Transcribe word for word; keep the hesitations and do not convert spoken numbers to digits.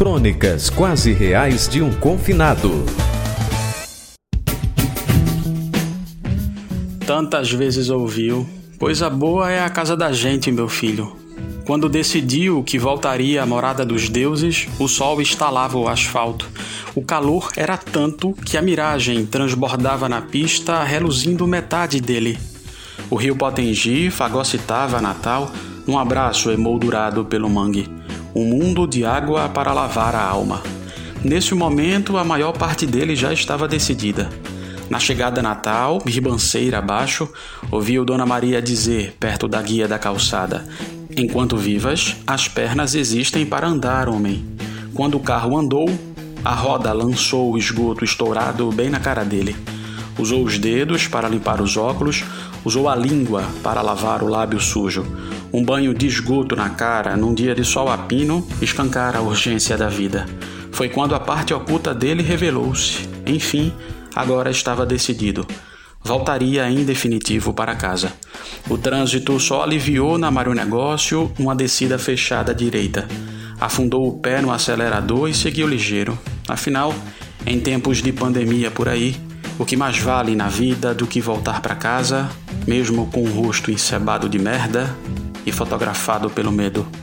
Crônicas quase reais de um confinado. Tantas vezes ouviu: coisa boa é a casa da gente, meu filho. Quando decidiu que voltaria à morada dos deuses, o sol estalava o asfalto. O calor era tanto que a miragem transbordava na pista, reluzindo metade dele. O rio Potengi fagocitava Natal num abraço emoldurado pelo mangue. Um mundo de água para lavar a alma. Nesse momento, a maior parte dele já estava decidida. Na chegada Natal, ribanceira abaixo, ouviu Dona Maria dizer, perto da guia da calçada: enquanto vivas, as pernas existem para andar, homem. Quando o carro andou, a roda lançou o esgoto estourado bem na cara dele. Usou os dedos para limpar os óculos, usou a língua para lavar o lábio sujo. Um banho de esgoto na cara, num dia de sol a pino, escancara a urgência da vida. Foi quando a parte oculta dele revelou-se. Enfim, agora estava decidido. Voltaria em definitivo para casa. O trânsito só aliviou na Maronegócio uma descida fechada à direita. Afundou o pé no acelerador e seguiu ligeiro. Afinal, em tempos de pandemia por aí, o que mais vale na vida do que voltar para casa, mesmo com o rosto encebado de merda e fotografado pelo medo?